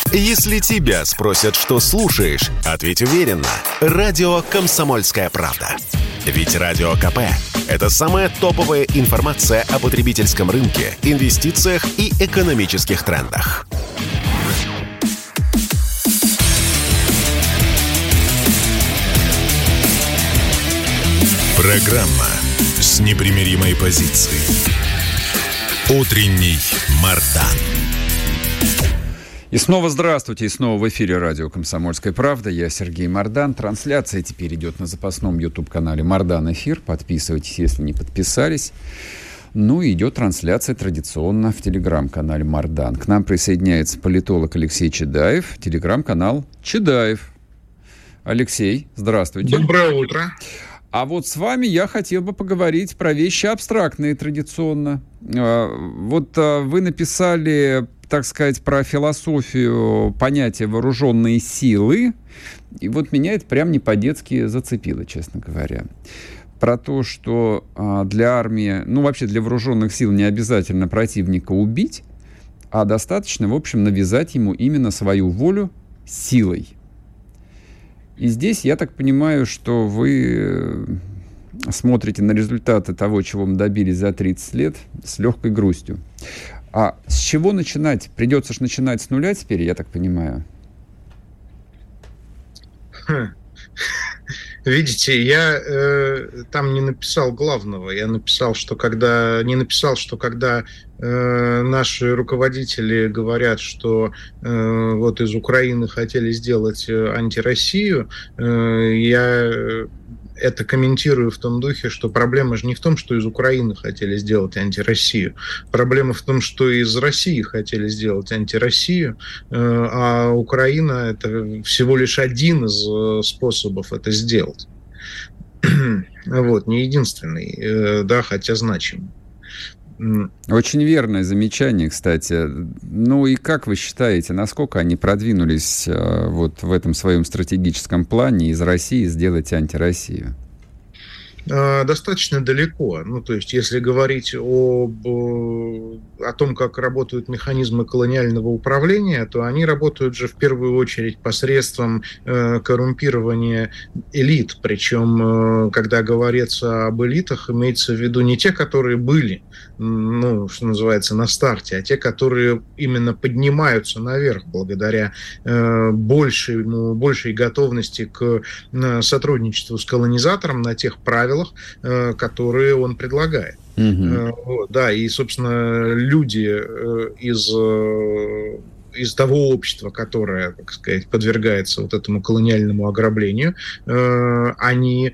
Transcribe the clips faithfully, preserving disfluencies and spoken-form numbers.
Если тебя спросят, что слушаешь, ответь уверенно. Радио «Комсомольская правда». Ведь Радио КП – это самая топовая информация о потребительском рынке, инвестициях и экономических трендах. Программа с непримиримой позицией. Утренний Мардан. И снова здравствуйте, и снова в эфире радио «Комсомольская правда». Я Сергей Мардан. Трансляция теперь идет на запасном YouTube-канале «Мардан Эфир». Подписывайтесь, если не подписались. Ну и идет трансляция традиционно в телеграм-канале «Мардан». К нам присоединяется политолог Алексей Чедаев, телеграм-канал «Чедаев». Алексей, здравствуйте. Доброе утро. А вот с вами я хотел бы поговорить про вещи абстрактные традиционно. Вот вы написали, так сказать, про философию понятия вооруженные силы, и вот меня это прям не по-детски зацепило, честно говоря. Про то, что для армии, ну вообще для вооруженных сил не обязательно противника убить, а достаточно, в общем, навязать ему именно свою волю силой. И здесь, я так понимаю, что вы смотрите на результаты того, чего мы добились за тридцать лет, с легкой грустью. А с чего начинать? Придется же начинать с нуля теперь, я так понимаю. Хм. Видите, я э, там не написал главного. Я написал, что когда не написал, что когда э, наши руководители говорят, что э, вот из Украины хотели сделать антироссию, э, я это комментирую в том духе, что проблема же не в том, что из Украины хотели сделать антироссию. Проблема в том, что из России хотели сделать антироссию, а Украина — это всего лишь один из способов это сделать. Вот, не единственный, да, хотя значимый. Очень верное замечание, кстати. Ну и как вы считаете, насколько они продвинулись вот в этом своем стратегическом плане из России сделать антироссию? Достаточно далеко. Ну, то есть, если говорить об, о том, как работают механизмы колониального управления, то они работают же в первую очередь посредством э, коррумпирования элит. Причем, э, когда говорится об элитах, имеется в виду не те, которые были, ну, что называется, на старте, а те, которые именно поднимаются наверх благодаря э, большей, ну, большей готовности к э, сотрудничеству с колонизатором на тех правилах, которые он предлагает. Mm-hmm. Вот, да, и, собственно, люди из, из того общества, которое, так сказать, подвергается вот этому колониальному ограблению, они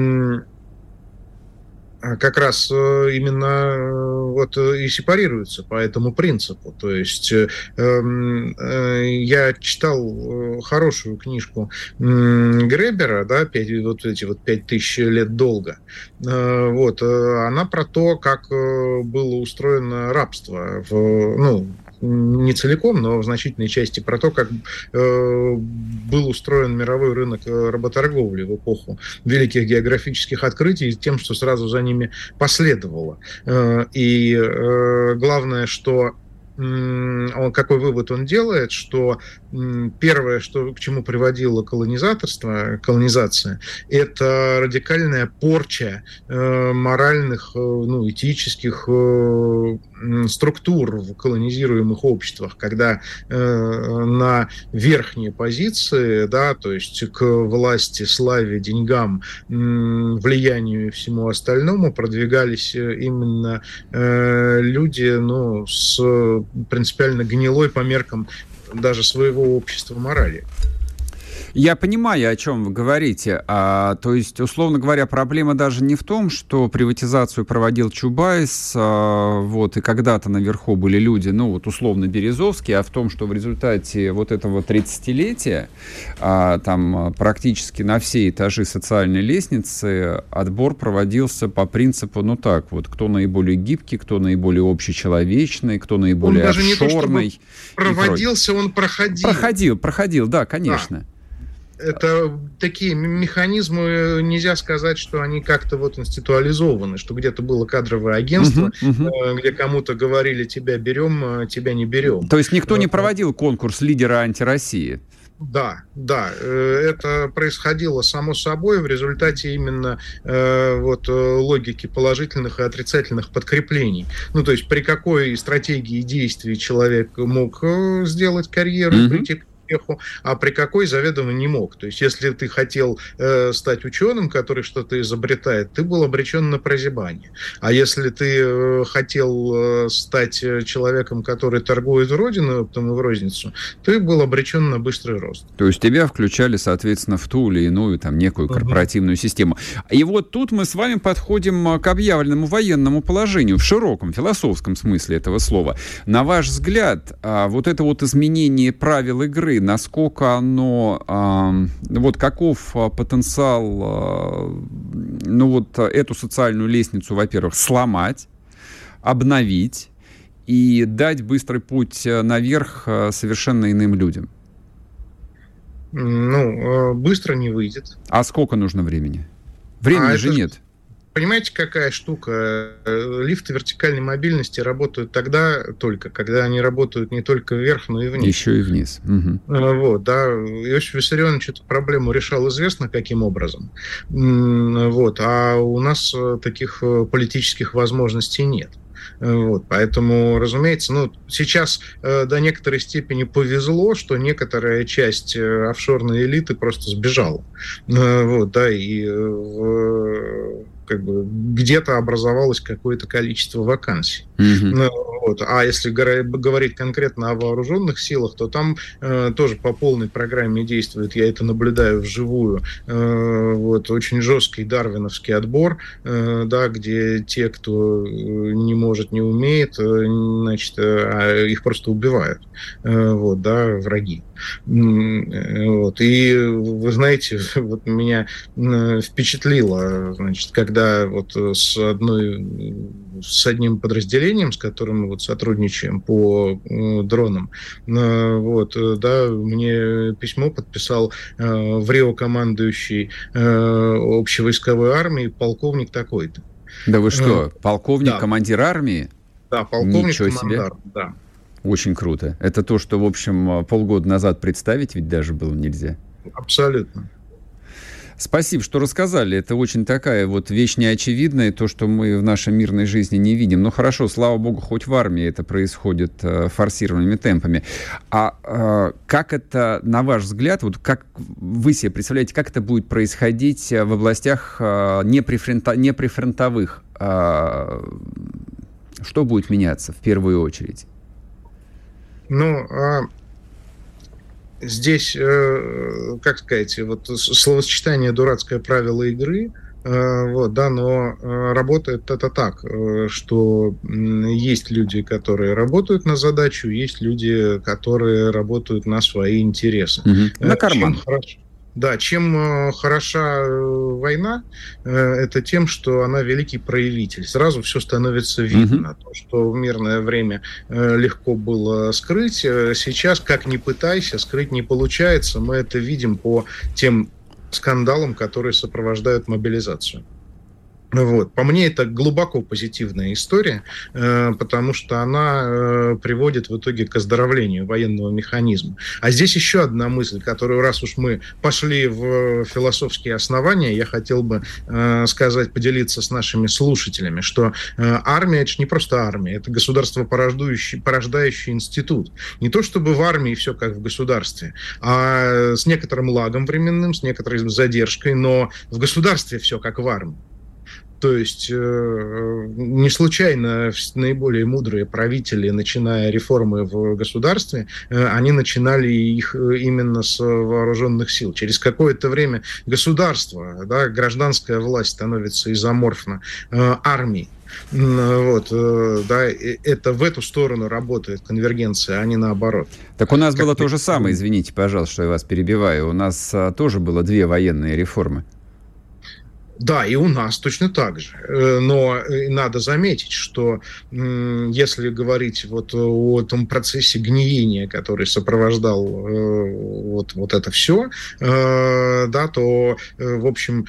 как раз именно вот и сепарируются по этому принципу. То есть э, э, я читал хорошую книжку э, Гребера, да, пять, вот эти вот пять тысяч лет долга. Э, вот, э, она про то, как э, было устроено рабство в, ну, не целиком, но в значительной части про то, как э, был устроен мировой рынок работорговли в эпоху великих географических открытий, тем, что сразу за ними последовало. Э, и э, главное, что он, какой вывод он делает, что первое, что, к чему приводило колонизаторство, колонизация, это радикальная порча э, моральных, ну, этических э, структур в колонизируемых обществах, когда э, на верхние позиции, да, то есть к власти, славе, деньгам, э, влиянию и всему остальному продвигались именно э, люди, ну, с принципиально гнилой по меркам даже своего общества морали. Я понимаю, о чем вы говорите. А, то есть, условно говоря, проблема даже не в том, что приватизацию проводил Чубайс, а, вот, и когда-то наверху были люди, ну, вот, условно, Березовские, а в том, что в результате вот этого тридцатилетия а, там практически на все этажи социальной лестницы отбор проводился по принципу, ну, так, вот, кто наиболее гибкий, кто наиболее общечеловечный, кто наиболее офшорный. Он даже не то, чтобы проводился, он проходил. Проходил, проходил, да, конечно. Да. Это такие механизмы, нельзя сказать, что они как-то вот институализованы, что где-то было кадровое агентство, uh-huh, uh-huh. где кому-то говорили, тебя берем, тебя не берем. То есть никто не проводил конкурс лидера антироссии? Да, да, это происходило само собой в результате именно э, вот, логики положительных и отрицательных подкреплений. Ну, то есть при какой стратегии действий человек мог сделать карьеру, mm-hmm. прийти к успеху, а при какой заведомо не мог. То есть если ты хотел э, стать ученым, который что-то изобретает, ты был обречен на прозябание. А если ты э, хотел э, стать человеком, который торгует родиной, оптом и в розницу, ты был обречен на быстрый рост. То есть тебя включали, соответственно, в ту или иную там некую корпоративную uh-huh. систему. И вот тут мы с вами подходим к объявленному военному положению в широком философском смысле этого слова. На ваш взгляд, вот это вот изменение правил игры, насколько оно, вот каков потенциал, ну вот эту социальную лестницу, во-первых, сломать, обновить и дать быстрый путь наверх совершенно иным людям? Ну, быстро не выйдет. А сколько нужно времени? Времени а же это... нет. Понимаете, какая штука? Лифты вертикальной мобильности работают тогда только, когда они работают не только вверх, но и вниз. Еще и вниз. Угу. Вот, да. Иосиф Виссарионович эту проблему решал известно каким образом. Вот. А у нас таких политических возможностей нет. Вот, поэтому, разумеется, ну, сейчас э, до некоторой степени повезло, что некоторая часть э, офшорной элиты просто сбежала. Э, вот, да, и э, как бы где-то образовалось какое-то количество вакансий. Mm-hmm. Ну, вот. А если говорить конкретно о вооруженных силах, то там э, тоже по полной программе действует, я это наблюдаю вживую, э, вот, очень жесткий дарвиновский отбор, э, да, где те, кто не может, не умеет, э, значит, э, их просто убивают, э, вот, да, враги. Вот. И вы знаете, вот меня впечатлило, значит, когда вот с одной с одним подразделением, с которым мы вот сотрудничаем по э, дронам, э, вот, да, мне письмо подписал э, в Рио командующий э, общевойсковой армии полковник такой-то. Да вы что, полковник, да. Командир армии? Да, полковник, Ничего командар, себе. Да. Очень круто. Это то, что, в общем, полгода назад представить ведь даже было нельзя. Абсолютно. Спасибо, что рассказали. Это очень такая вот вещь неочевидная, то, что мы в нашей мирной жизни не видим. Ну, хорошо, слава богу, хоть в армии это происходит э, форсированными темпами. А э, как это, на ваш взгляд, вот как вы себе представляете, как это будет происходить в областях э, неприфронто- неприфронтовых? Э, что будет меняться в первую очередь? Ну, а... Здесь, как сказать, вот словосочетание «дурацкое правило игры», вот, да, но работает это так, что есть люди, которые работают на задачу, есть люди, которые работают на свои интересы. Угу. На карман. Чем хорошо. Да, чем хороша война, это тем, что она великий проявитель. Сразу все становится видно. Mm-hmm. То, что в мирное время легко было скрыть, сейчас, как ни пытайся, скрыть не получается. Мы это видим по тем скандалам, которые сопровождают мобилизацию. Вот. По мне, это глубоко позитивная история, э, потому что она э, приводит в итоге к оздоровлению военного механизма. А здесь еще одна мысль, которую, раз уж мы пошли в философские основания, я хотел бы э, сказать, поделиться с нашими слушателями, что э, армия — это же не просто армия, это государство порождающий, порождающий институт. Не то чтобы в армии все как в государстве, а с некоторым лагом временным, с некоторой задержкой, но в государстве все как в армии. То есть э, не случайно наиболее мудрые правители, начиная реформы в государстве, э, они начинали их именно с вооруженных сил. Через какое-то время государство, да, гражданская власть становится изоморфна э, армией. Вот, да, это в эту сторону работает конвергенция, а не наоборот. Так у нас как было ты... то же самое, извините, пожалуйста, что я вас перебиваю. У нас а, тоже было две военные реформы. Да, и у нас точно так же. Но надо заметить, что если говорить вот о том процессе гниения, который сопровождал вот, вот это все, да, то, в общем,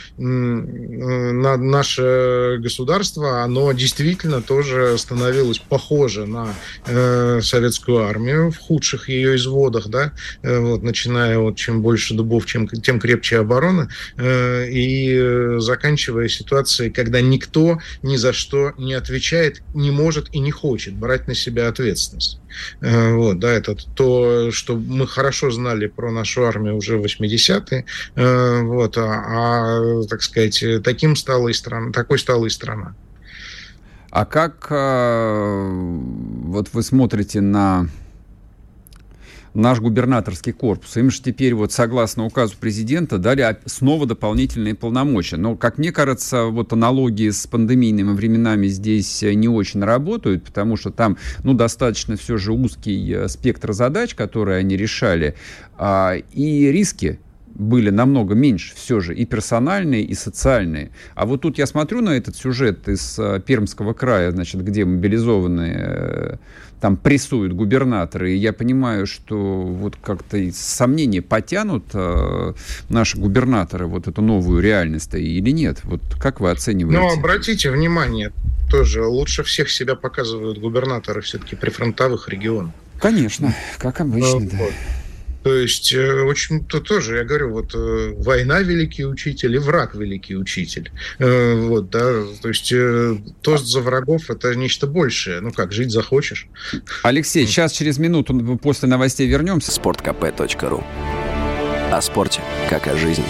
наше государство, оно действительно тоже становилось похоже на советскую армию в худших ее изводах, да, вот, начиная от чем больше дубов, чем, тем крепче оборона, и заканчивая ситуацией, когда никто ни за что не отвечает, не может и не хочет брать на себя ответственность. Вот, да, это то, что мы хорошо знали про нашу армию уже в восьмидесятые, вот, а, а, так сказать, таким стала и страна, такой стала и страна. А как вот вы смотрите на наш губернаторский корпус? Им же теперь, вот, согласно указу президента, дали снова дополнительные полномочия. Но, как мне кажется, вот аналогии с пандемийными временами здесь не очень работают, потому что там, ну, достаточно все же узкий спектр задач, которые они решали, и риски были намного меньше все же, и персональные, и социальные. А вот тут я смотрю на этот сюжет из Пермского края, значит, где мобилизованные там прессуют губернаторы, и я понимаю, что вот как-то сомнения потянут э, наши губернаторы вот эту новую реальность или нет? Вот как вы оцениваете? Ну, обратите внимание, тоже лучше всех себя показывают губернаторы все-таки прифронтовых регионов. Конечно, как обычно, ну, да. Вот. То есть, очень, то тоже, я говорю, вот война – великий учитель и враг – великий учитель. Вот, да, то есть, тост за врагов – это нечто большее. Ну как, жить захочешь. Алексей, сейчас через минуту после новостей вернемся. спорт кей пи точка ру. О спорте, как о жизни.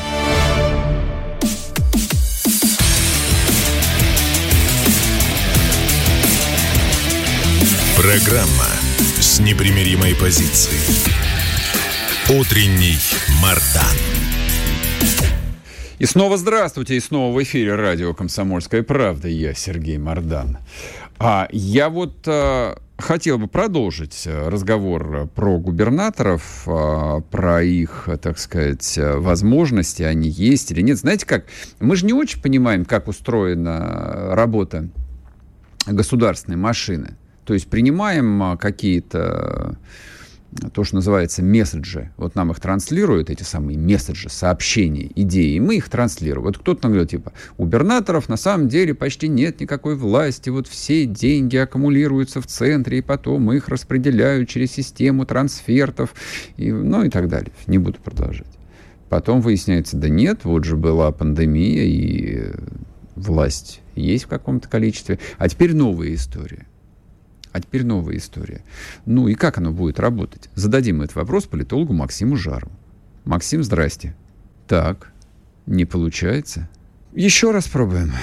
Программа с непримиримой позицией. Утренний Мардан. И снова здравствуйте, и снова в эфире радио «Комсомольская правда». Я Сергей Мардан. А я вот а, хотел бы продолжить разговор про губернаторов, а, про их, так сказать, возможности, они есть или нет. Знаете как, мы же не очень понимаем, как устроена работа государственной машины. То есть принимаем какие-то... то, что называется месседжи. Вот нам их транслируют, эти самые месседжи, сообщения, идеи, и мы их транслируем. Вот кто-то нам говорит, типа, у губернаторов на самом деле почти нет никакой власти, вот все деньги аккумулируются в центре, и потом их распределяют через систему трансфертов, и, ну и так далее. Не буду продолжать. Потом выясняется, да нет, вот же была пандемия, и власть есть в каком-то количестве. А теперь новая история. А теперь новая история. Ну и как оно будет работать? Зададим этот вопрос политологу Максиму Жарову. Максим, здрасте. Так, не получается? Еще раз пробуем.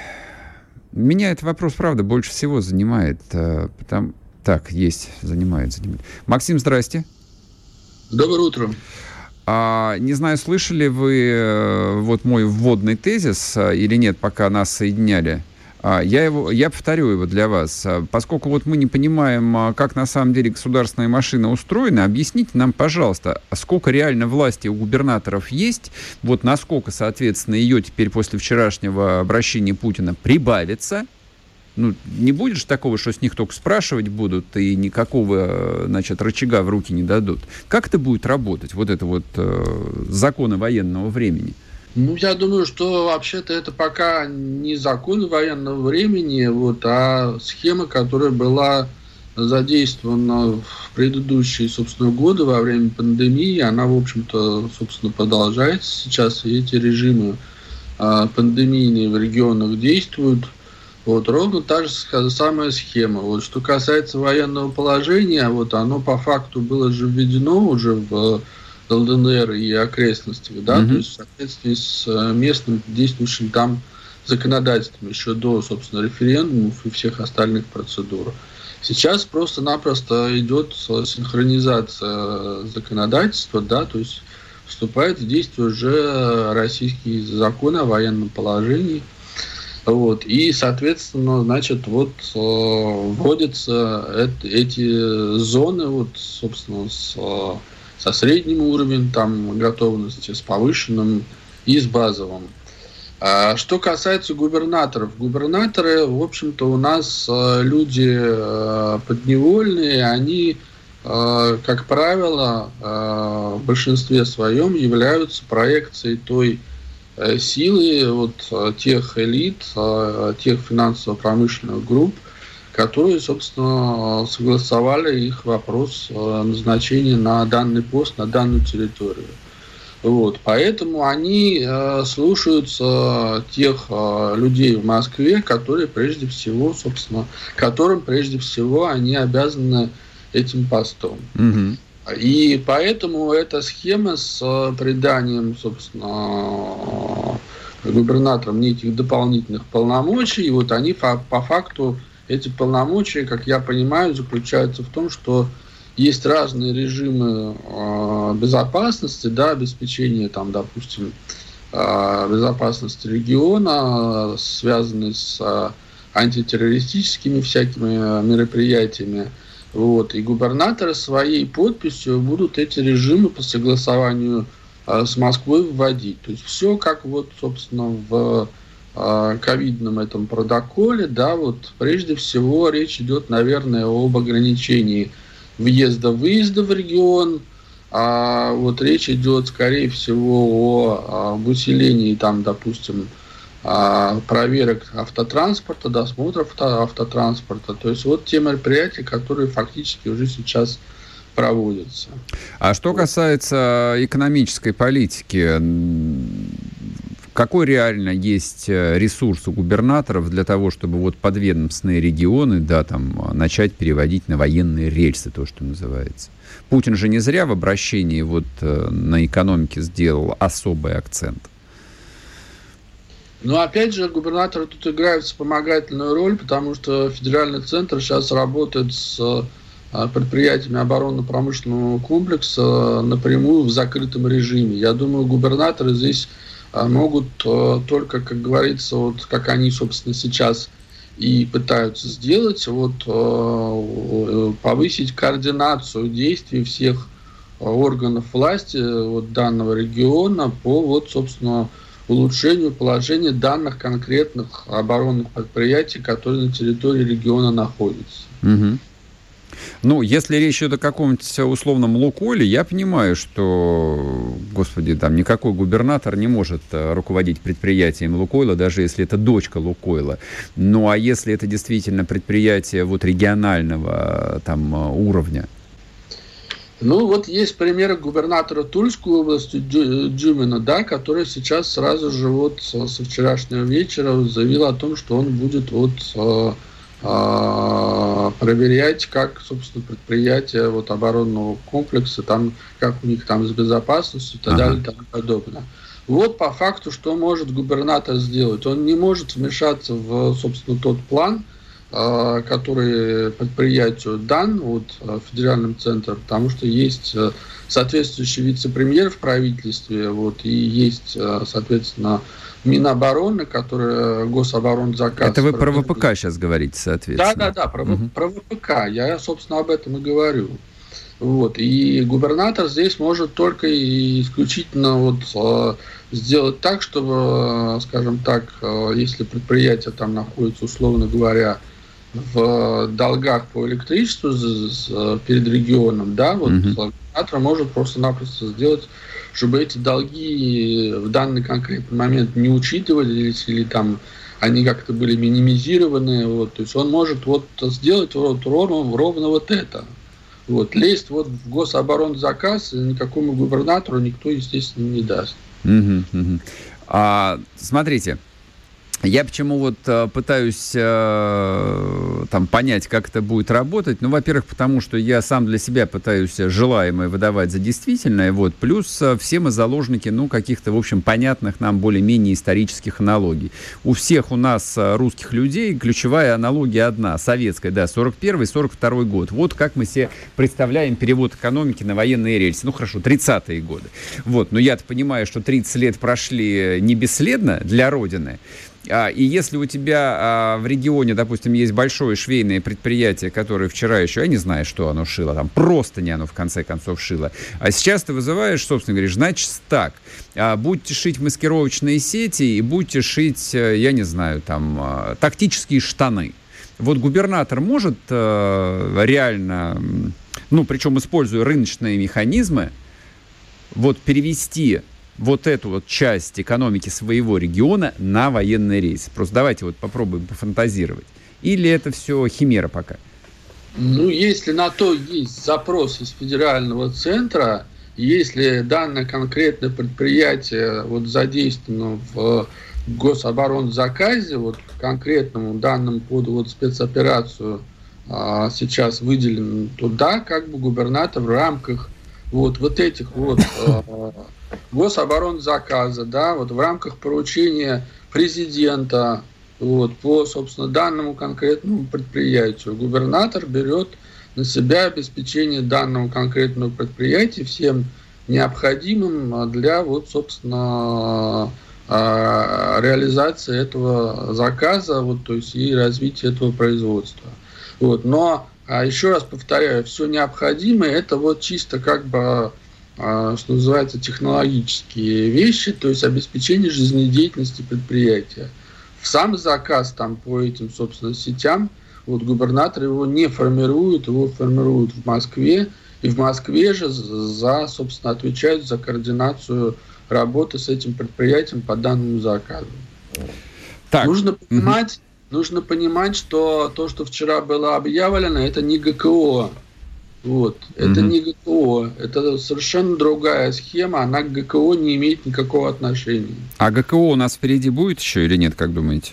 Меня этот вопрос, правда, больше всего занимает. А, потому... Так, есть, занимает, занимает. Максим, здрасте. Доброе утро. А, не знаю, слышали вы вот мой вводный тезис или нет, пока нас соединяли. Я, его, я повторю его для вас. Поскольку вот мы не понимаем, как на самом деле государственная машина устроена, объясните нам, пожалуйста, сколько реально власти у губернаторов есть, вот насколько, соответственно, ее теперь после вчерашнего обращения Путина прибавится. Ну, не будет же такого, что с них только спрашивать будут и никакого, значит, рычага в руки не дадут. Как это будет работать, вот это вот э, законы военного времени? Ну, я думаю, что вообще-то это пока не закон военного времени, вот, а схема, которая была задействована в предыдущие, собственно, годы во время пандемии, она, в общем-то, собственно, продолжается сейчас, и эти режимы а, пандемийные в регионах действуют. Вот, ровно та же самая схема. Вот, что касается военного положения, вот, оно по факту было же введено уже в эл дэ эн эр и окрестностях, да, mm-hmm. то есть в соответствии с местным действующим там законодательством еще до, собственно, референдумов и всех остальных процедур. Сейчас просто-напросто идет синхронизация законодательства, да, то есть вступает в действие уже российский закон о военном положении. Вот, и, соответственно, значит, вот вводятся эти зоны, вот, собственно, с со средним уровнем там, готовности, с повышенным и с базовым. А что касается губернаторов. Губернаторы, в общем-то, у нас э, люди э, подневольные, они, э, как правило, э, в большинстве своем являются проекцией той э, силы вот, э, тех элит, э, тех финансово-промышленных групп, которые, собственно, согласовали их вопрос э, назначения на данный пост, на данную территорию. Вот, поэтому они э, слушаются тех э, людей в Москве, которые прежде всего, собственно, которым прежде всего они обязаны этим постом. Mm-hmm. И поэтому эта схема с э, приданием, собственно, э, губернаторам неких дополнительных полномочий, вот они фа- по факту, эти полномочия, как я понимаю, заключаются в том, что есть разные режимы э, безопасности, да, обеспечения, там, допустим, э, безопасности региона, связанные с э, антитеррористическими всякими мероприятиями. Вот. И губернаторы своей подписью будут эти режимы по согласованию э, с Москвой вводить. То есть все как вот, собственно, в э, ковидном этом протоколе, да, вот прежде всего речь идет, наверное, об ограничении въезда-выезда в регион, а вот речь идет, скорее всего, о, об усилении, там, допустим, проверок автотранспорта, досмотров автотранспорта. То есть вот те мероприятия, которые фактически уже сейчас проводятся. А что касается экономической политики, какой реально есть ресурс у губернаторов для того, чтобы вот подведомственные регионы, да, там, начать переводить на военные рельсы, то, что называется? Путин же не зря в обращении вот на экономике сделал особый акцент. Но опять же, губернаторы тут играют вспомогательную роль, потому что федеральный центр сейчас работает с предприятиями оборонно-промышленного комплекса напрямую в закрытом режиме. Я думаю, губернаторы здесь могут только, как говорится, вот как они, собственно, сейчас и пытаются сделать, вот повысить координацию действий всех органов власти вот данного региона по вот, собственно, улучшению положения данных конкретных оборонных предприятий, которые на территории региона находятся. Угу. Ну, если речь идет о каком-нибудь условном Лукойле, я понимаю, что, господи, там никакой губернатор не может руководить предприятием Лукойла, даже если это дочка Лукойла. Ну, а если это действительно предприятие вот регионального там уровня? Ну, вот есть примеры губернатора Тульской области Дюмина, да, который сейчас сразу же вот со вчерашнего вечера заявил о том, что он будет вот проверять, как, собственно, предприятия вот оборонного комплекса, там, как у них там с безопасностью и так далее и тому подобное. Вот по факту, что может губернатор сделать. Он не может вмешаться в, собственно, тот план, который предприятию дан вот, федеральным центром, потому что есть соответствующий вице-премьер в правительстве, вот, и есть, соответственно, Минобороны, которая гособоронзаказ. Это вы про ВПК сейчас говорите, соответственно. Да, да, да, про, угу. про ВПК. Я, собственно, об этом и говорю. Вот. И губернатор здесь может только и исключительно вот, сделать так, чтобы, скажем так, если предприятие там находится, условно говоря, в долгах по электричеству перед регионом, да, вот угу. губернатор может просто-напросто сделать, чтобы эти долги в данный конкретный момент не учитывались или там они как-то были минимизированы. Вот. То есть он может вот сделать вот ровно, ровно вот это. Вот. Лезть вот в гособоронзаказ никакому губернатору никто, естественно, не даст. Угу, угу. А, смотрите. Я почему вот э, пытаюсь э, там понять, как это будет работать. Ну, во-первых, потому что я сам для себя пытаюсь желаемое выдавать за действительное. Вот. Плюс э, все мы заложники, ну, каких-то, в общем, понятных нам более-менее исторических аналогий. У всех у нас, э, русских людей, ключевая аналогия одна, советская, да, сорок первый сорок второй год. Вот как мы себе представляем перевод экономики на военные рельсы. Ну, хорошо, тридцатые годы. Вот. Но я-то понимаю, что тридцать лет прошли не бесследно для Родины. И если у тебя в регионе, допустим, есть большое швейное предприятие, которое вчера еще, я не знаю, что оно шило, там просто не оно в конце концов шило, а сейчас ты вызываешь, собственно, говоришь, значит так, будете шить маскировочные сети и будете шить, я не знаю, там, тактические штаны. Вот губернатор может реально, ну, причем используя рыночные механизмы, вот перевести вот эту вот часть экономики своего региона на военный рейс. Просто давайте вот попробуем пофантазировать. Или это все химера пока? Ну, если на то есть запрос из федерального центра, если данное конкретное предприятие вот задействовано в гособоронзаказе, вот конкретному данному под вот спецоперацию а, сейчас выделен туда, как бы губернатор в рамках вот, вот этих вот э, гособоронзаказа, да, вот в рамках поручения президента вот, по, собственно, данному конкретному предприятию. Губернатор берет на себя обеспечение данного конкретного предприятия всем необходимым для, вот, собственно, э, реализации этого заказа, вот, то есть и развития этого производства. Вот, но А еще раз повторяю, все необходимое это вот чисто как бы, что называется, технологические вещи, то есть обеспечение жизнедеятельности предприятия. В сам заказ там по этим, собственно, сетям, вот губернатор его не формирует, его формируют в Москве, и в Москве же за, собственно, отвечают за координацию работы с этим предприятием по данному заказу. Так. Нужно понимать, Нужно понимать, что то, что вчера было объявлено, это не ГКО. Вот. Это mm-hmm. не ГКО. Это совершенно другая схема. Она к ГКО не имеет никакого отношения. А ГКО у нас впереди будет еще или нет, как думаете?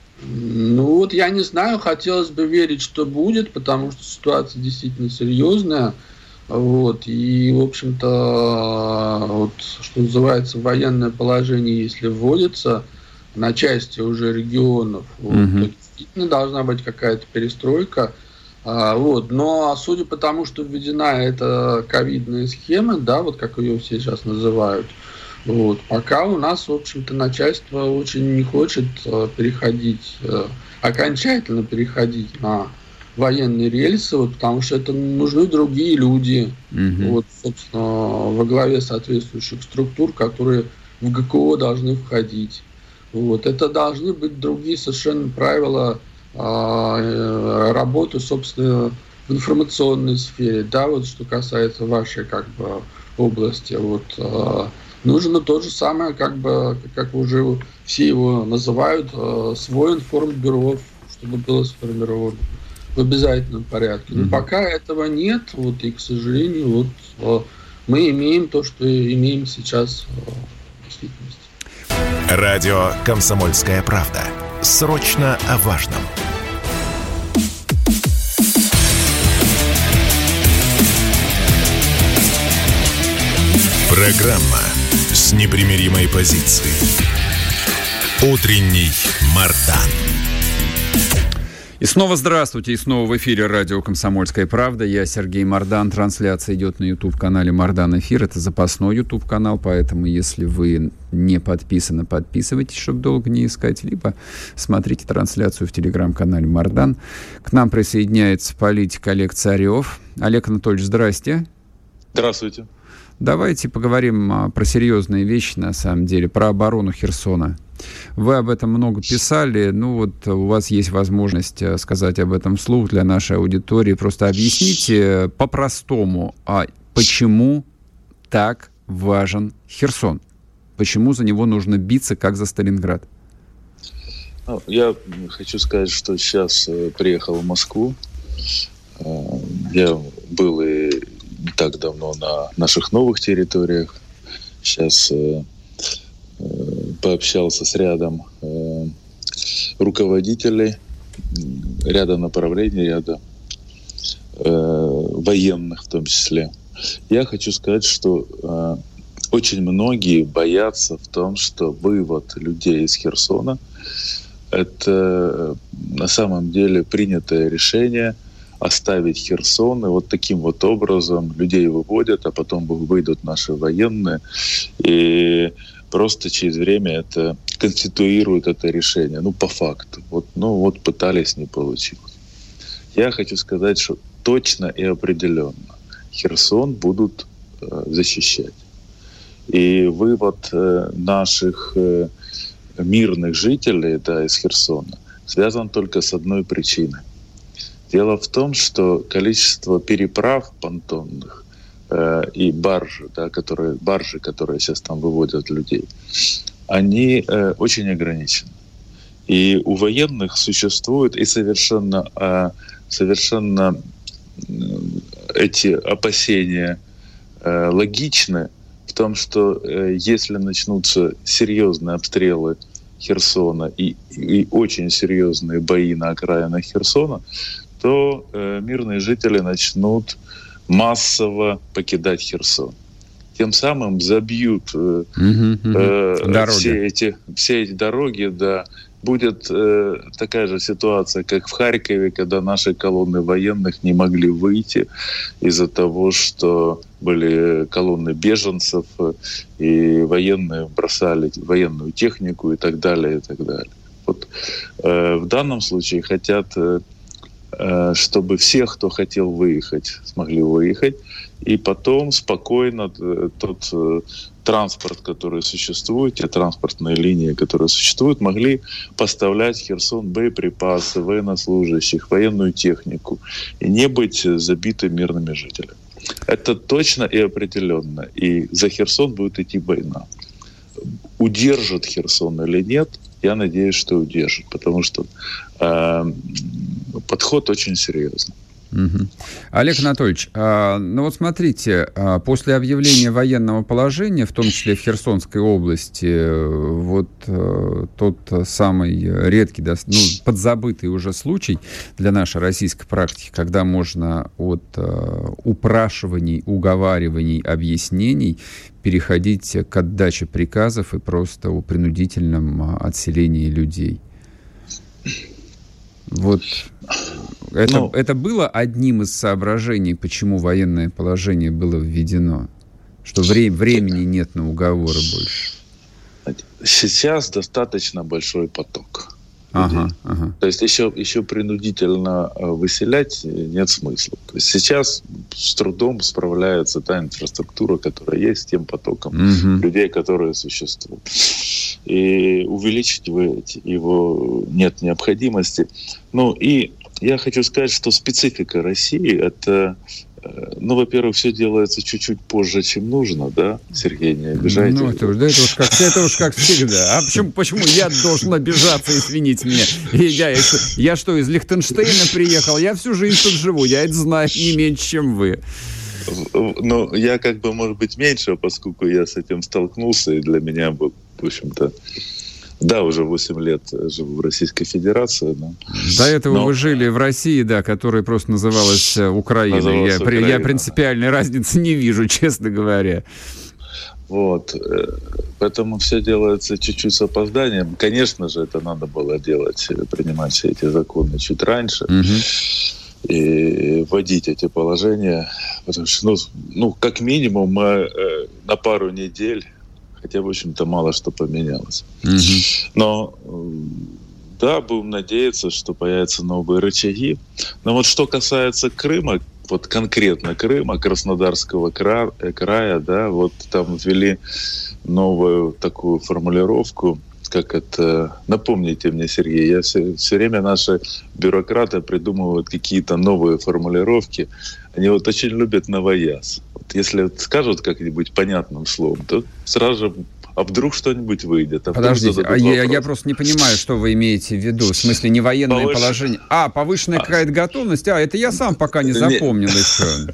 Ну вот я не знаю. Хотелось бы верить, что будет, потому что ситуация действительно серьезная. Вот. И, в общем-то, вот, что называется, военное положение, если вводится на части уже регионов, вот, mm-hmm. то действительно должна быть какая-то перестройка. А, вот. Но судя по тому, что введена эта ковидная схема, да, вот как ее все сейчас называют, вот, пока у нас, в общем-то, начальство очень не хочет а, переходить, а, окончательно переходить на военные рельсы, вот, потому что это нужны другие люди, mm-hmm. вот, собственно, во главе соответствующих структур, которые в ГКО должны входить. Вот. Это должны быть другие совершенно правила э, работы, собственно, в информационной сфере. Да, вот что касается вашей как бы области. Вот, э, нужно то же самое, как бы, как уже все его называют, э, свой информбюро, чтобы было сформировано в обязательном порядке. Но mm-hmm. пока этого нет, вот, и, к сожалению, вот, э, мы имеем то, что имеем сейчас э, в действительности. Радио «Комсомольская правда». Срочно о важном. Программа с непримиримой позицией. Утренний Мардан. И снова здравствуйте, и снова в эфире радио «Комсомольская правда». Я Сергей Мардан. Трансляция идет на YouTube-канале «Мардан Эфир». Это запасной YouTube-канал, поэтому если вы не подписаны, подписывайтесь, чтобы долго не искать, либо смотрите трансляцию в телеграм-канале «Мардан». К нам присоединяется политик Олег Царев. Олег Анатольевич, здрасте. Здравствуйте. Давайте поговорим про серьезные вещи, на самом деле, про оборону Херсона. Вы об этом много писали, ну вот у вас есть возможность сказать об этом вслух для нашей аудитории. Просто объясните по-простому, а почему так важен Херсон? Почему за него нужно биться, как за Сталинград? Я хочу сказать, что сейчас приехал в Москву. Я был и не так давно на наших новых территориях. Сейчас э, э, пообщался с рядом э, руководителей, ряда направлений, ряда э, военных в том числе. Я хочу сказать, что э, очень многие боятся в том, что вывод людей из Херсона – это на самом деле принятое решение оставить Херсон, и вот таким вот образом людей выводят, а потом выйдут наши военные, и просто через время это конституируют это решение. Ну, по факту. Вот, ну, вот пытались, не получилось. Я хочу сказать, что точно и определенно Херсон будут э, защищать. И вывод э, наших э, мирных жителей, да, из Херсона связан только с одной причиной. Дело в том, что количество переправ понтонных э, и баржи, да, которые, баржи, которые сейчас там выводят людей, они э, очень ограничены. И у военных существует и совершенно, э, совершенно э, эти опасения э, логичны в том, что э, если начнутся серьезные обстрелы Херсона и, и очень серьезные бои на окраинах Херсона, то э, мирные жители начнут массово покидать Херсон. Тем самым забьют э, uh-huh, uh-huh. Э, все, эти, все эти дороги. Да. Будет э, такая же ситуация, как в Харькове, когда наши колонны военных не могли выйти из-за того, что были колонны беженцев, и военные бросали военную технику и так далее, и так далее. Вот, э, в данном случае хотят, э, чтобы все, кто хотел выехать, смогли выехать, и потом спокойно э, тот э, транспорт, который существует, те транспортные линии, которые существуют, могли поставлять в Херсон боеприпасы, военнослужащих, военную технику, и не быть забиты мирными жителями. Это точно и определенно. И за Херсон будет идти война. Удержат Херсон или нет, я надеюсь, что удержат, потому что э, подход очень серьезный. Угу. Олег Анатольевич, а, ну вот смотрите, а, после объявления военного положения, в том числе в Херсонской области, вот а, тот самый редкий, да, ну, подзабытый уже случай для нашей российской практики, когда можно от а, упрашиваний, уговариваний, объяснений переходить к отдаче приказов и просто о принудительном отселении людей. Вот это, ну, это было одним из соображений, почему военное положение было введено, что вре- времени нет на уговоры больше. Сейчас достаточно большой поток. Ага, ага. То есть еще, еще принудительно выселять нет смысла. То есть сейчас с трудом справляется та инфраструктура, которая есть, с тем потоком угу. людей, которые существуют. И увеличить его нет необходимости. Ну и я хочу сказать, что специфика России — это, ну, во-первых, все делается чуть-чуть позже, чем нужно, да, Сергей, не обижайтесь. Ну, это уж, да, это уж, как, это уж как всегда. А почему, почему я должен обижаться, извините меня? И я, я, я что, из Лихтенштейна приехал? Я всю жизнь тут живу, я это знаю не меньше, чем вы. Ну, я как бы, может быть, меньше, поскольку я с этим столкнулся, и для меня был, в общем-то, да, уже восемь лет живу в Российской Федерации. Да. До этого но... вы жили в России, да, которая просто называлась Украиной. Называлась я, Украина. Я принципиальной разницы не вижу, честно говоря. Вот. Поэтому все делается чуть-чуть с опозданием. Конечно же, это надо было делать, принимать все эти законы чуть раньше. Угу. И вводить эти положения. Потому что, ну, ну как минимум, мы э, на пару недель, хотя, в общем-то, мало что поменялось. Mm-hmm. Но, да, будем надеяться, что появятся новые рычаги. Но вот что касается Крыма, вот конкретно Крыма, Краснодарского края, края, да, вот там ввели новую такую формулировку, как это... Напомните мне, Сергей, я все, все время наши бюрократы придумывают какие-то новые формулировки. Они вот очень любят новояз. Вот если скажут как-нибудь понятным словом, то сразу же, а вдруг что-нибудь выйдет? А подождите, а я, я просто не понимаю, что вы имеете в виду. В смысле, не военное Повыш... положение. А, повышенная а. какая-то готовность? А, это я сам пока не запомнил еще.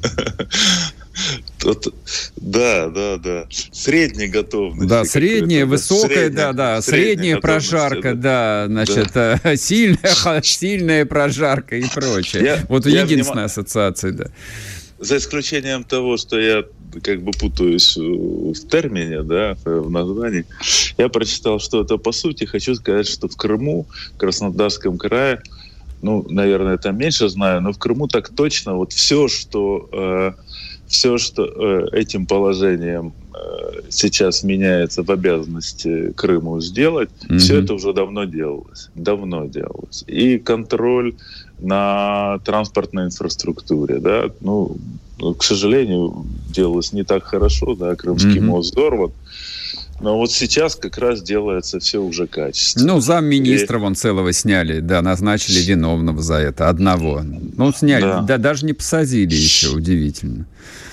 Тут, да, да, да. Средняя готовность. Да, средняя, высокая, средняя, да, да. Средняя, средняя прожарка, да. да. Значит, да. Сильная, сильная прожарка и прочее. Я, вот я единственная вним... ассоциация, да. За исключением того, что я как бы путаюсь в термине, да, в названии, я прочитал, что это по сути. Хочу сказать, что в Крыму, в Краснодарском крае, ну, наверное, там меньше знаю, но в Крыму так точно вот все, что... Э, все, что э, этим положением э, сейчас меняется в обязанности Крыму сделать, mm-hmm. все это уже давно делалось. Давно делалось. И контроль на транспортной инфраструктуре, да, ну, к сожалению, делалось не так хорошо, да, Крымский mm-hmm. мост взорван. Но вот сейчас как раз делается все уже качественно. Ну, замминистра и... вон целого сняли, да, назначили виновного за это, одного. Ну, сняли, да, да даже не посадили еще, удивительно.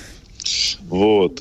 Вот.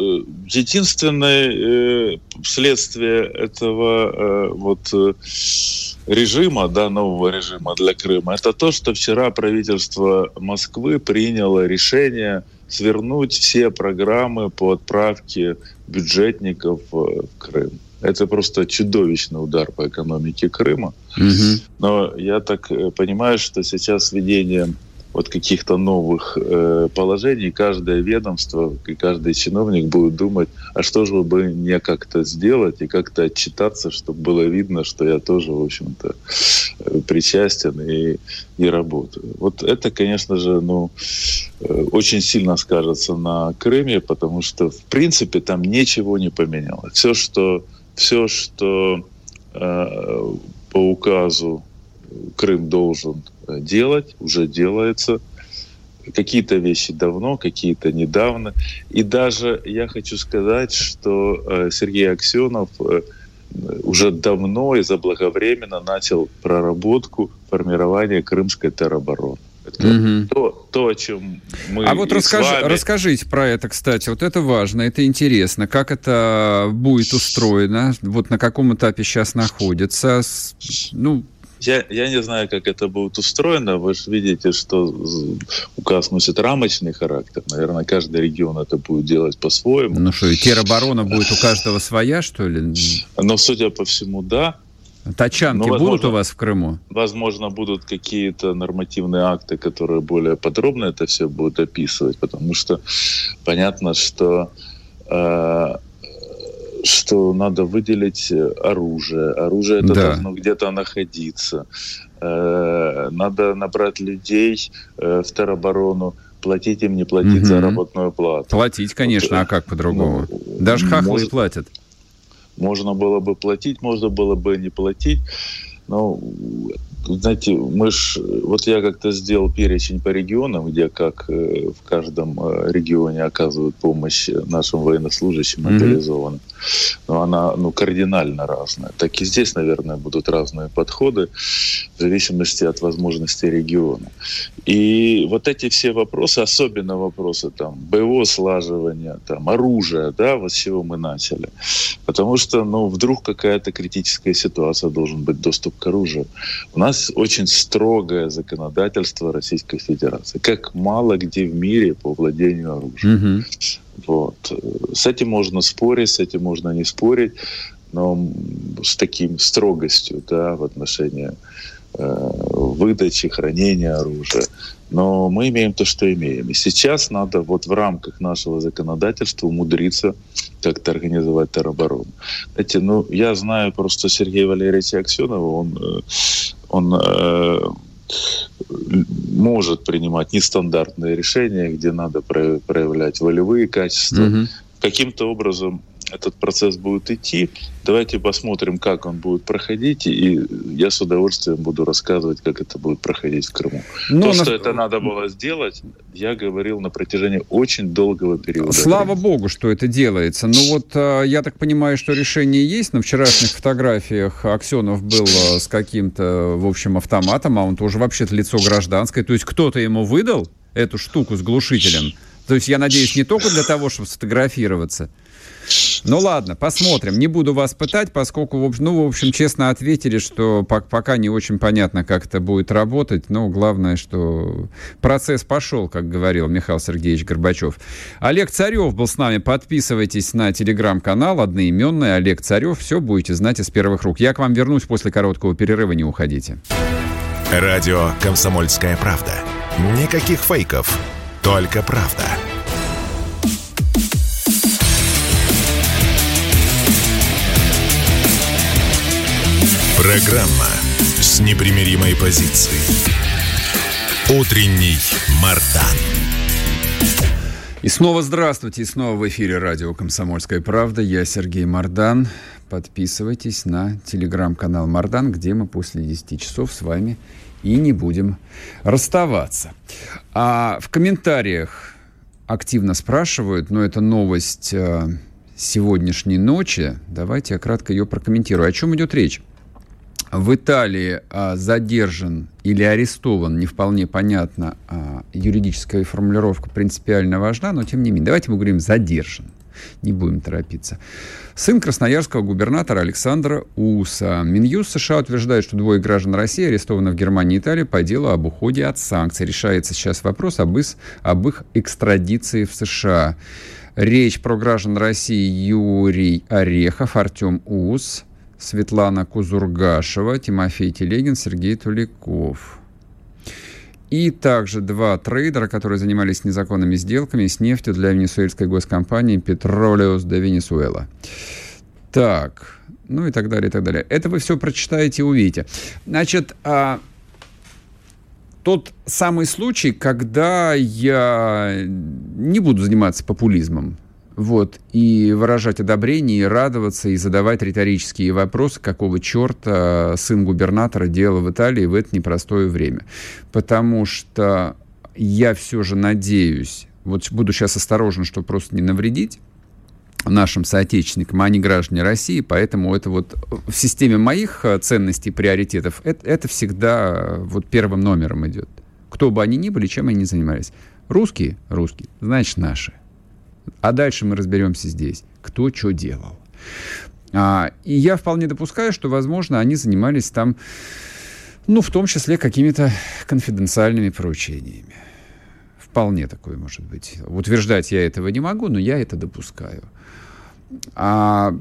Единственное следствие этого вот режима, да, нового режима для Крыма, это то, что вчера правительство Москвы приняло решение свернуть все программы по отправке бюджетников в Крым. Это просто чудовищный удар по экономике Крыма. Угу. Но я так понимаю, что сейчас введением вот каких-то новых э, положений каждое ведомство и каждый чиновник будет думать, а что же бы мне как-то сделать и как-то отчитаться, чтобы было видно, что я тоже, в общем-то, э, причастен и, и работаю. Вот это, конечно же, ну, э, очень сильно скажется на Крыме, потому что, в принципе, там ничего не поменялось. Все, что, все, что э, по указу Крым должен делать, уже делается. Какие-то вещи давно, какие-то недавно. И даже я хочу сказать, что Сергей Аксенов уже давно и заблаговременно начал проработку формирования крымской теробороны. Это угу. то, то, о чем мы А вот расскажи, вами... расскажите про это, кстати. Вот это важно, это интересно. Как это будет устроено? Вот на каком этапе сейчас находится? Ну, Я, я не знаю, как это будет устроено. Вы же видите, что указ носит рамочный характер. Наверное, каждый регион это будет делать по-своему. Ну что, и тероборона будет у каждого своя, что ли? Но, судя по всему, да. Тачанки Но, возможно, будут у вас в Крыму? Возможно, будут какие-то нормативные акты, которые более подробно это все будут описывать. Потому что понятно, что... Э- что надо выделить оружие. Оружие это да. должно где-то находиться. Надо набрать людей в тероборону, платить им, не платить угу. заработную плату. Платить, конечно, вот, а как по-другому? Ну, Даже хахлы может, платят. Можно было бы платить, можно было бы не платить. Но, знаете, мы ж, вот я как-то сделал перечень по регионам, где как э, в каждом э, регионе оказывают помощь нашим военнослужащим мобилизованным. Mm-hmm. Но она, ну, кардинально разная. Так и здесь, наверное, будут разные подходы в зависимости от возможностей региона. И вот эти все вопросы, особенно вопросы там боевого слаживания, там оружия, да, вот с чего мы начали. Потому что, ну, вдруг какая-то критическая ситуация, должен быть доступ к оружию. У нас очень строгое законодательство Российской Федерации, как мало где в мире по владению оружием. Mm-hmm. Вот. С этим можно спорить, с этим можно не спорить, но с таким строгостью, да, в отношении э, выдачи, хранения оружия. Но мы имеем то, что имеем. И сейчас надо вот в рамках нашего законодательства умудриться как-то организовать тероборону. Знаете, ну, я знаю просто Сергея Валерьевича Аксенова, он, он э, может принимать нестандартные решения, где надо проявлять волевые качества. Угу. Каким-то образом этот процесс будет идти. Давайте посмотрим, как он будет проходить, и я с удовольствием буду рассказывать, как это будет проходить в Крыму. Но То, на... что это надо было сделать, я говорил на протяжении очень долгого периода. Слава времени. богу, что это делается. Ну вот я так понимаю, что решение есть. На вчерашних фотографиях Аксенов был с каким-то, в общем, автоматом, а он тоже вообще-то лицо гражданское. То есть кто-то ему выдал эту штуку с глушителем. То есть я надеюсь, не только для того, чтобы сфотографироваться. Ну ладно, посмотрим. Не буду вас пытать, поскольку, ну, в общем, честно ответили, что пока не очень понятно, как это будет работать. Но главное, что процесс пошел, как говорил Михаил Сергеевич Горбачев. Олег Царев был с нами. Подписывайтесь на телеграм-канал одноименный Олег Царев. Все будете знать из первых рук. Я к вам вернусь после короткого перерыва. Не уходите. Радио «Комсомольская правда». Никаких фейков, только правда. Программа с непримиримой позицией. Утренний Мардан. И снова здравствуйте, и снова в эфире радио «Комсомольская правда». Я Сергей Мардан. Подписывайтесь на телеграм-канал Мардан, где мы после десяти часов с вами и не будем расставаться. А в комментариях активно спрашивают, но это новость э, сегодняшней ночи. Давайте я кратко ее прокомментирую. О чем идет речь? В Италии а, задержан или арестован, не вполне понятно, а, юридическая формулировка принципиально важна, но тем не менее. Давайте мы говорим «задержан». Не будем торопиться. Сын красноярского губернатора Александра Уса. Минюст США утверждает, что двое граждан России арестованы в Германии и Италии по делу об уходе от санкций. Решается сейчас вопрос об, ис, об их экстрадиции в США. Речь про граждан России Юрий Орехов, Артем Ус, Светлана Кузургашева, Тимофей Телегин, Сергей Туликов. И также два трейдера, которые занимались незаконными сделками с нефтью для венесуэльской госкомпании Petróleos de Venezuela. Так, ну и так далее, и так далее. Это вы все прочитаете и увидите. Значит, а, тот самый случай, когда я не буду заниматься популизмом, вот, и выражать одобрение, и радоваться, и задавать риторические вопросы, какого черта сын губернатора делал в Италии в это непростое время. Потому что я все же надеюсь, вот буду сейчас осторожен, чтобы просто не навредить нашим соотечественникам, а они граждане России, поэтому это вот в системе моих ценностей, приоритетов, это, это всегда вот первым номером идет. Кто бы они ни были, чем они ни занимались. Русские? Русские. Значит, наши. А дальше мы разберемся здесь, кто что делал. А, и я вполне допускаю, что, возможно, они занимались там, ну, в том числе, какими-то конфиденциальными поручениями. Вполне такое может быть. Утверждать я этого не могу, но я это допускаю. А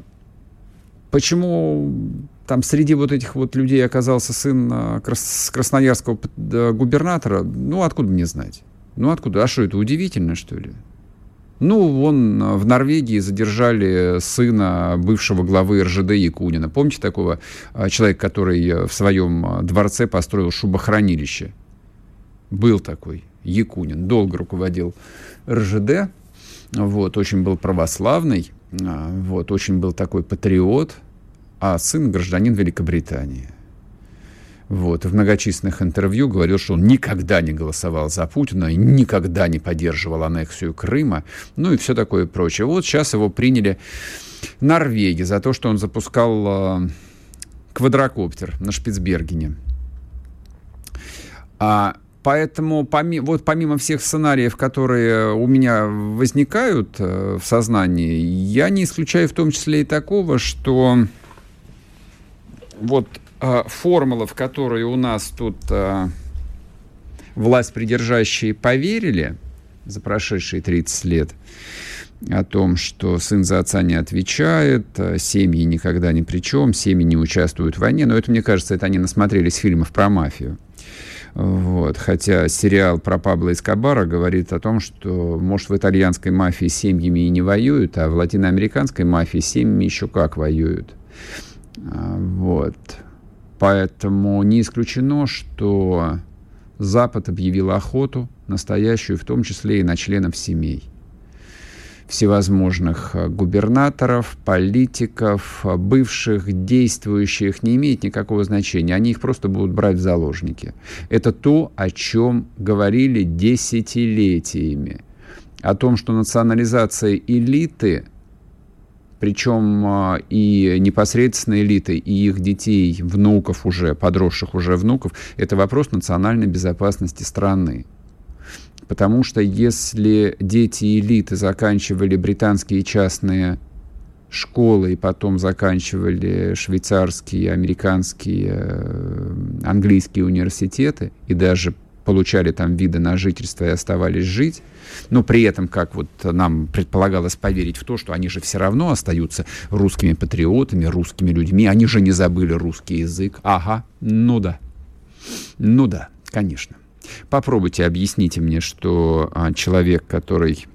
почему там среди вот этих вот людей оказался сын крас- красноярского губернатора? Ну, откуда мне знать? Ну, откуда? А что, это удивительно, что ли? Ну, вон в Норвегии задержали сына бывшего главы эр жэ дэ Якунина. Помните такого человека, который в своем дворце построил шубохранилище? Был такой Якунин, долго руководил эр жэ дэ, вот, очень был православный, вот, очень был такой патриот, а сын гражданин Великобритании. Вот, в многочисленных интервью говорил, что он никогда не голосовал за Путина и никогда не поддерживал аннексию Крыма, ну и все такое прочее. Вот сейчас его приняли норвеги за то, что он запускал э, квадрокоптер на Шпицбергене. А, поэтому поми- вот помимо всех сценариев, которые у меня возникают э, в сознании, я не исключаю в том числе и такого, что вот формула, в которую у нас тут э, власть придержащие поверили за прошедшие тридцать лет, о том, что сын за отца не отвечает, семьи никогда ни при чем, семьи не участвуют в войне. Но это, мне кажется, это они насмотрелись фильмов про мафию. Вот. Хотя сериал про Пабло Эскобара говорит о том, что, может, в итальянской мафии с семьями и не воюют, а в латиноамериканской мафии с семьями еще как воюют. Вот. Поэтому не исключено, что Запад объявил охоту, настоящую, в том числе и на членов семей. Всевозможных губернаторов, политиков, бывших, действующих, не имеет никакого значения. Они их просто будут брать в заложники. Это то, о чем говорили десятилетиями. О том, что национализация элиты, причем и непосредственно элиты, и их детей, внуков уже, подросших уже внуков, это вопрос национальной безопасности страны. Потому что если дети элиты заканчивали британские частные школы и потом заканчивали швейцарские, американские, английские университеты и даже получали там виды на жительство и оставались жить, но при этом, как вот нам предполагалось поверить в то, что они же все равно остаются русскими патриотами, русскими людьми, они же не забыли русский язык. Ага, ну да, ну да, конечно. Попробуйте, объясните мне, что а, человек, который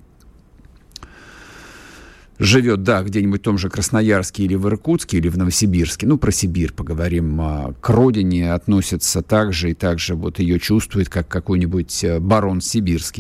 живет, да, где-нибудь в том же Красноярске или в Иркутске, или в Новосибирске, ну, про Сибирь поговорим, а, к родине относится так же и так же вот ее чувствует, как какой-нибудь барон сибирский.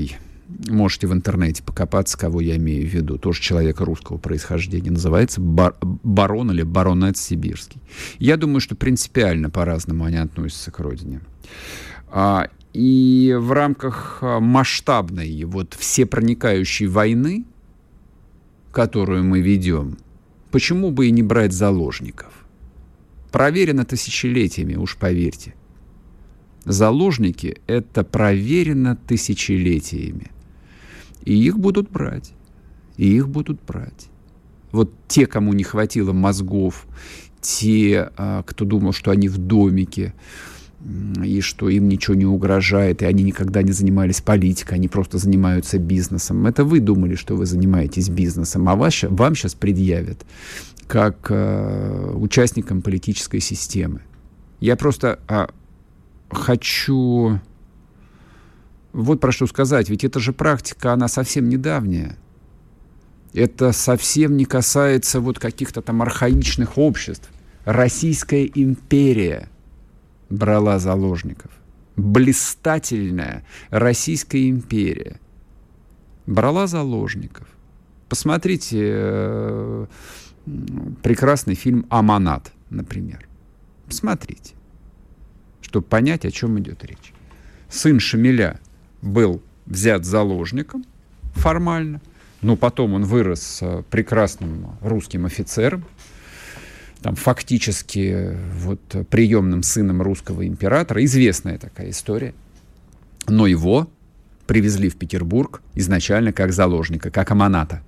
Можете в интернете покопаться, кого я имею в виду. Тоже человек русского происхождения. Называется бар, барон или баронет Сибирский. Я думаю, что принципиально по-разному они относятся к родине. А, и в рамках масштабной, вот всепроникающей войны, которую мы ведем, почему бы и не брать заложников? Проверено тысячелетиями, уж поверьте. Заложники — это проверено тысячелетиями. И их будут брать. И их будут брать. Вот те, кому не хватило мозгов, те, кто думал, что они в домике, и что им ничего не угрожает, и они никогда не занимались политикой, они просто занимаются бизнесом. Это вы думали, что вы занимаетесь бизнесом, а вас, вам сейчас предъявят как э, участникам политической системы. Я просто э, хочу вот про что сказать. Ведь это же практика, она совсем недавняя. Это совсем не касается вот каких-то там архаичных обществ. Российская империя брала заложников. Блистательная Российская империя брала заложников. Посмотрите э, прекрасный фильм «Аманат», например. Посмотрите, чтобы понять, о чем идет речь. Сын Шамиля был взят заложником формально, но потом он вырос прекрасным русским офицером, там, фактически вот, приемным сыном русского императора. Известная такая история. Но его привезли в Петербург изначально как заложника, как аманата.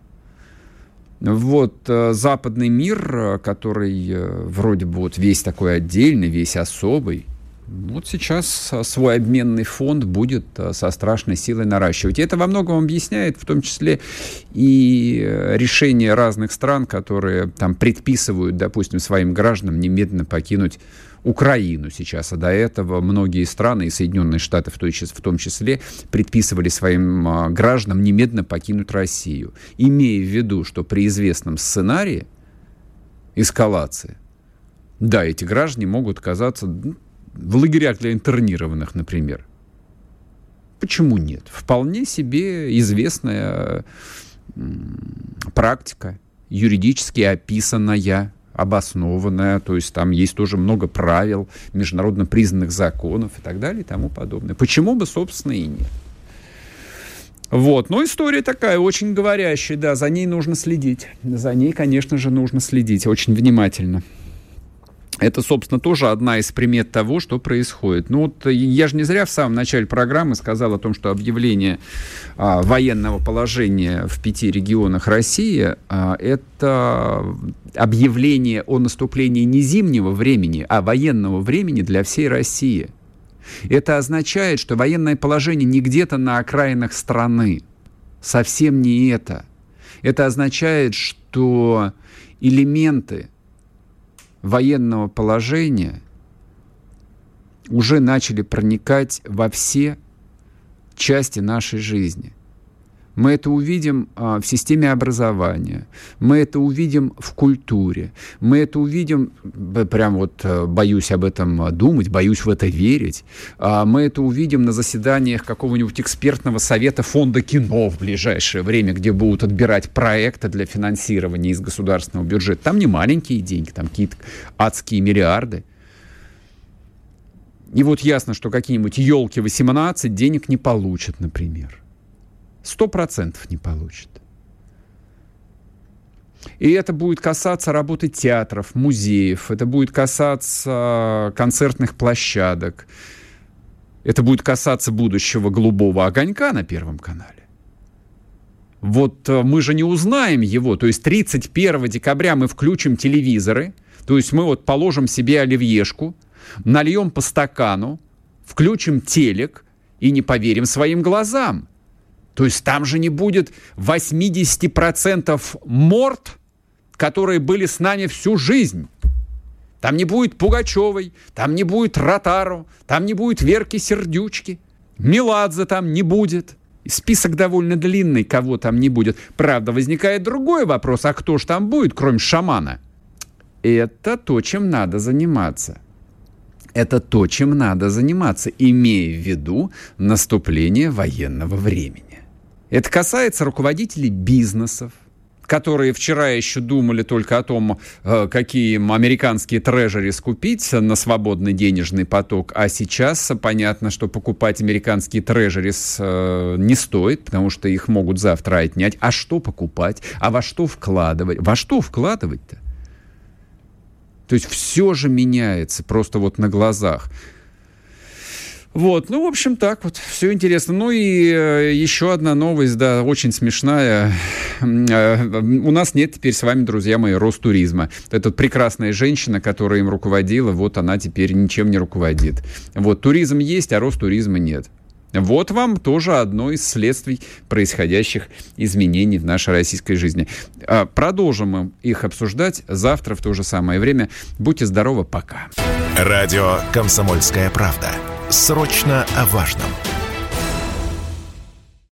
Вот западный мир, который вроде бы вот весь такой отдельный, весь особый, вот сейчас свой обменный фонд будет со страшной силой наращивать. И это во многом объясняет, в том числе и решения разных стран, которые там предписывают, допустим, своим гражданам немедленно покинуть Украину сейчас. А до этого многие страны, и Соединенные Штаты в том числе, предписывали своим гражданам немедленно покинуть Россию. Имея в виду, что при известном сценарии эскалации, да, эти граждане могут оказаться в лагерях для интернированных, например. Почему нет? Вполне себе известная практика, юридически описанная, обоснованная, то есть там есть тоже много правил, международно признанных законов и так далее и тому подобное. Почему бы, собственно, и нет? Вот, но история такая, очень говорящая, да, за ней нужно следить. За ней, конечно же, нужно следить очень внимательно. Это, собственно, тоже одна из примет того, что происходит. Ну вот я же не зря в самом начале программы сказал о том, что объявление а, военного положения в пяти регионах России а, это объявление о наступлении не зимнего времени, а военного времени для всей России. Это означает, что военное положение не где-то на окраинах страны. Совсем не это. Это означает, что элементы военного положения уже начали проникать во все части нашей жизни. Мы это увидим а, в системе образования, мы это увидим в культуре, мы это увидим, прям вот боюсь об этом думать, боюсь в это верить, а, мы это увидим на заседаниях какого-нибудь экспертного совета фонда кино в ближайшее время, где будут отбирать проекты для финансирования из государственного бюджета. Там не маленькие деньги, там какие-то адские миллиарды. И вот ясно, что какие-нибудь елки восемнадцать денег не получат, например. Сто процентов не получит. И это будет касаться работы театров, музеев, это будет касаться концертных площадок, это будет касаться будущего «Голубого огонька» на Первом канале. Вот мы же не узнаем его, то есть тридцать первого декабря мы включим телевизоры, то есть мы вот положим себе оливьешку, нальем по стакану, включим телек и не поверим своим глазам. То есть там же не будет восемьдесят процентов морд, которые были с нами всю жизнь. Там не будет Пугачевой, там не будет Ротару, там не будет Верки Сердючки, Меладзе там не будет. Список довольно длинный, кого там не будет. Правда, возникает другой вопрос, а кто ж там будет, кроме шамана? Это то, чем надо заниматься. Это то, чем надо заниматься, имея в виду наступление военного времени. Это касается руководителей бизнесов, которые вчера еще думали только о том, какие американские трежери скупить на свободный денежный поток, а сейчас понятно, что покупать американские трежери не стоит, потому что их могут завтра отнять. А что покупать? А во что вкладывать? Во что вкладывать-то? То есть все же меняется просто вот на глазах. Вот, ну, в общем, так вот, все интересно. Ну и э, еще одна новость, да, очень смешная. Э, у нас нет теперь с вами, друзья мои, Ростуризма. Это прекрасная женщина, которая им руководила, вот она теперь ничем не руководит. Вот, туризм есть, а Ростуризма нет. Вот вам тоже одно из следствий происходящих изменений в нашей российской жизни. Продолжим их обсуждать завтра в то же самое время. Будьте здоровы, пока. Радио «Комсомольская правда». Срочно о важном.